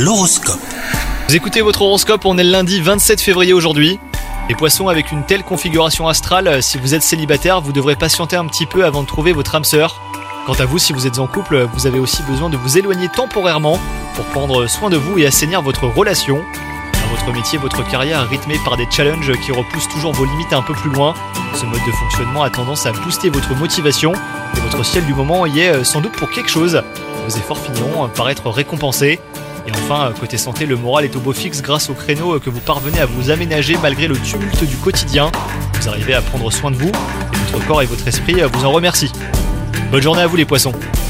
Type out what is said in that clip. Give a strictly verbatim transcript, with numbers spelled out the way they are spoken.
L'horoscope. Vous écoutez votre horoscope, on est le lundi vingt-sept février aujourd'hui. Les poissons, avec une telle configuration astrale, si vous êtes célibataire, vous devrez patienter un petit peu avant de trouver votre âme sœur. Quant à vous, si vous êtes en couple, vous avez aussi besoin de vous éloigner temporairement pour prendre soin de vous et assainir votre relation. Dans votre métier, votre carrière est rythmée par des challenges qui repoussent toujours vos limites un peu plus loin. Ce mode de fonctionnement a tendance à booster votre motivation et votre ciel du moment y est sans doute pour quelque chose. Vos efforts finiront par être récompensés. Et enfin, côté santé, le moral est au beau fixe grâce au créneau que vous parvenez à vous aménager malgré le tumulte du quotidien. Vous arrivez à prendre soin de vous et votre corps et votre esprit vous en remercient. Bonne journée à vous les poissons.